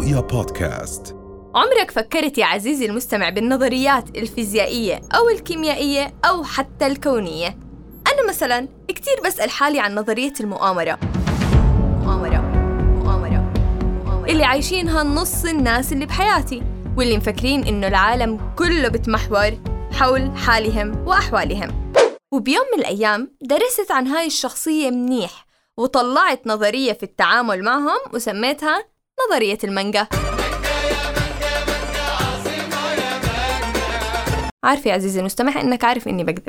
رؤيا بودكاست. عمرك فكرت يا عزيزي المستمع بالنظريات الفيزيائية أو الكيميائية أو حتى الكونية؟ أنا مثلاً كتير بسأل حالي عن نظرية المؤامرة اللي عايشينها نص الناس اللي بحياتي، واللي مفكرين إنه العالم كله بتمحور حول حالهم وأحوالهم. وبيوم من الأيام درست عن هاي الشخصية منيح وطلعت نظرية في التعامل معهم وسميتها نظرية المانجا. عارفة يا عزيزي المستمع إنك عارف إني بكذب.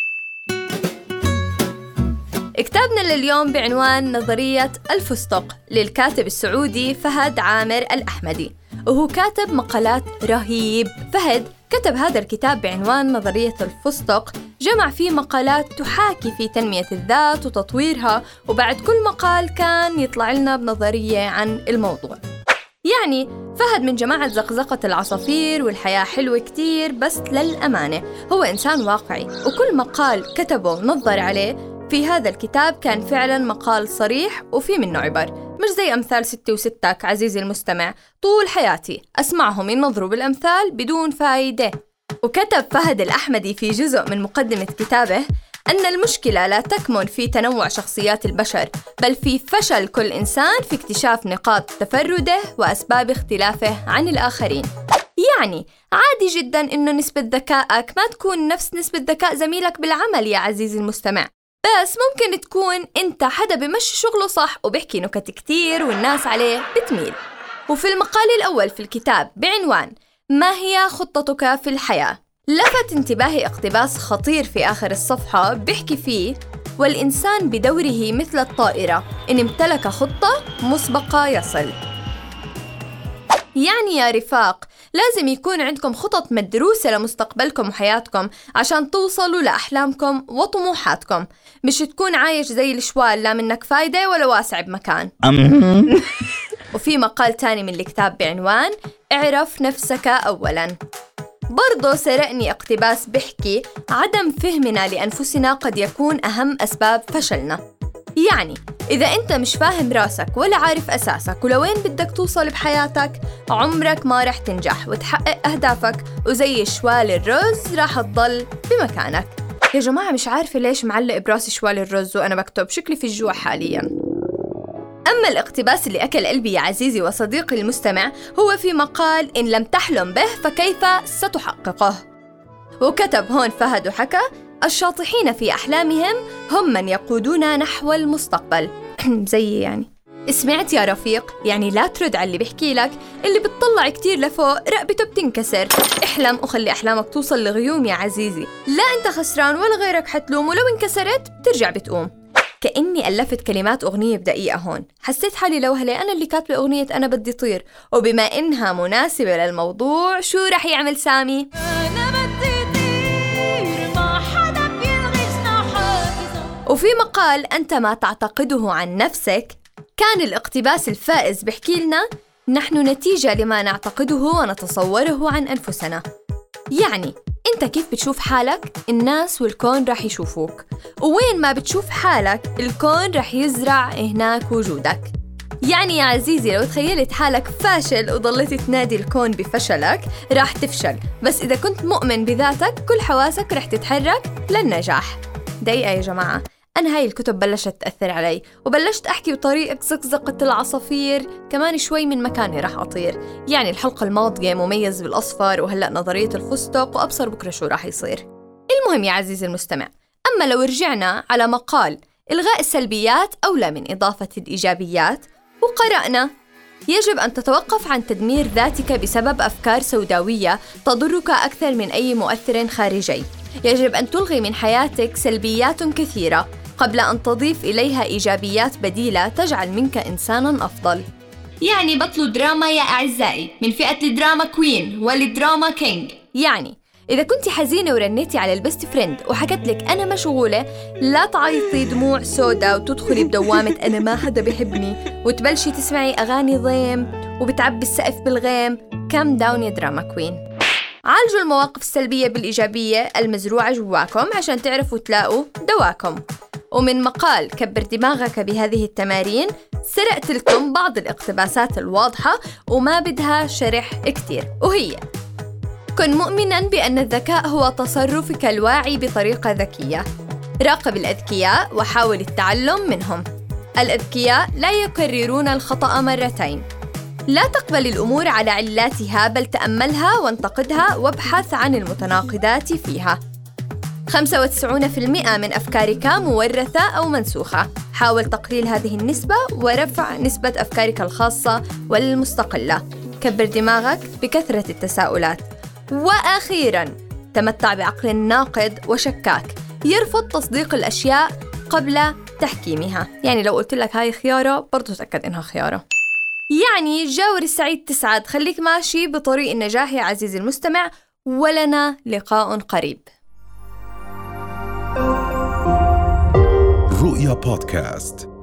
كتابنا لليوم بعنوان نظرية الفستق للكاتب السعودي فهد عامر الأحمدي، وهو كاتب مقالات رهيب. فهد كتب هذا الكتاب بعنوان نظرية الفستق، جمع فيه مقالات تحاكي في تنمية الذات وتطويرها، وبعد كل مقال كان يطلع لنا بنظرية عن الموضوع. يعني فهد من جماعة زقزقة العصافير والحياة حلوة كتير، بس للأمانة هو إنسان واقعي، وكل مقال كتبه ونظر عليه في هذا الكتاب كان فعلاً مقال صريح وفي منه عبر، مش زي أمثال ستي وستك عزيزي المستمع طول حياتي أسمعهم ينظروا بالأمثال بدون فايدة. وكتب فهد الأحمدي في جزء من مقدمة كتابه أن المشكلة لا تكمن في تنوع شخصيات البشر، بل في فشل كل إنسان في اكتشاف نقاط تفرده وأسباب اختلافه عن الآخرين. يعني عادي جداً إنه نسبة ذكائك ما تكون نفس نسبة ذكاء زميلك بالعمل يا عزيزي المستمع، بس ممكن تكون أنت حدا بمشي شغله صح وبيحكي نكت كتير والناس عليه بتميل. وفي المقال الأول في الكتاب بعنوان ما هي خطتك في الحياة، لفت انتباهي اقتباس خطير في آخر الصفحة بيحكي فيه: والإنسان بدوره مثل الطائرة إن امتلك خطة مسبقة يصل. يعني يا رفاق لازم يكون عندكم خطط مدروسة لمستقبلكم وحياتكم عشان توصلوا لأحلامكم وطموحاتكم، مش تكون عايش زي الشوال لا منك فايدة ولا واسع بمكان. وفي مقال تاني من الكتاب بعنوان اعرف نفسك أولاً، برضو سرقني اقتباس بحكي عدم فهمنا لأنفسنا قد يكون أهم أسباب فشلنا. يعني إذا أنت مش فاهم راسك ولا عارف أساسك ولوين بدك توصل بحياتك، عمرك ما رح تنجح وتحقق أهدافك، وزي شوال الرز راح تضل بمكانك. يا جماعة مش عارفة ليش معلق براسي شوال الرز وأنا بكتب، شكلي في الجوع حالياً. أما الاقتباس اللي أكل قلبي يا عزيزي وصديقي المستمع هو في مقال إن لم تحلم به فكيف ستحققه. وكتب هون فهد وحكى: الشاطحين في أحلامهم هم من يقودون نحو المستقبل. زي يعني سمعت يا رفيق؟ يعني لا ترد على اللي بيحكي لك، اللي بتطلع كتير لفوق رقبته بتنكسر. احلم وخلي أحلامك توصل لغيوم يا عزيزي، لا أنت خسران ولا غيرك حتلوم، ولو انكسرت بترجع بتقوم. كأني ألفت كلمات أغنية بدقيقة هون، حسيت حالي لو هلي أنا اللي كاتبة أغنية أنا بدي طير. وبما إنها مناسبة للموضوع، شو رح يعمل سامي؟ أنا بدي طير ما حدا بيلغي جناحاتي. وفي مقال أنت ما تعتقده عن نفسك كان الاقتباس الفائز بحكي لنا: نحن نتيجة لما نعتقده ونتصوره عن أنفسنا. يعني أنت كيف بتشوف حالك الناس والكون رح يشوفوك، ووين ما بتشوف حالك الكون رح يزرع هناك وجودك. يعني يا عزيزي لو تخيلت حالك فاشل وضلت تنادي الكون بفشلك رح تفشل، بس إذا كنت مؤمن بذاتك كل حواسك رح تتحرك للنجاح. دقيقة يا جماعة، أنا هاي الكتب بلشت تأثر علي وبلشت أحكي بطريقة زقزقة العصافير، كمان شوي من مكاني رح أطير. يعني الحلقة الماضية مميز بالأصفر، وهلأ نظرية الفستق، وأبصر بكرة شو رح يصير. المهم يا عزيزي المستمع، أما لو رجعنا على مقال إلغاء السلبيات أولى من إضافة الإيجابيات، وقرأنا: يجب أن تتوقف عن تدمير ذاتك بسبب أفكار سوداوية تضرك أكثر من أي مؤثر خارجي. يجب أن تلغي من حياتك سلبيات كثيرة قبل أن تضيف إليها إيجابيات بديلة تجعل منك إنساناً أفضل. يعني بطلوا دراما يا أعزائي، من فئة الدراما كوين والدراما كينج. يعني إذا كنت حزينة ورنيتي على البست فريند وحكت لك أنا مشغولة، لا تعيطي دموع سودا وتدخلي بدوامة أنا ما حدا بيحبني وتبلشي تسمعي أغاني ضيم وبتعبي السقف بالغيم. كام داون يا دراما كوين. عالجوا المواقف السلبية بالإيجابية المزروعة جواكم عشان تعرفوا تلاقوا دواكم. ومن مقال كبر دماغك بهذه التمارين سرقت لكم بعض الاقتباسات الواضحة وما بدها شرح كتير، وهي: كن مؤمناً بأن الذكاء هو تصرفك الواعي بطريقة ذكية. راقب الأذكياء وحاول التعلم منهم. الأذكياء لا يكررون الخطأ مرتين. لا تقبل الأمور على علاتها، بل تأملها وانتقدها وابحث عن المتناقضات فيها. 95% من أفكارك مورثة أو منسوخة. حاول تقليل هذه النسبة ورفع نسبة أفكارك الخاصة والمستقلة. كبر دماغك بكثرة التساؤلات. وأخيراً، تمتع بعقل ناقد وشكاك يرفض تصديق الأشياء قبل تحكيمها. يعني لو قلت لك هاي خيارة برضو تأكد إنها خيارة. يعني جاور السعيد تسعد. خليك ماشي بطريق النجاح يا عزيزي المستمع، ولنا لقاء قريب. رؤيا بودكاست.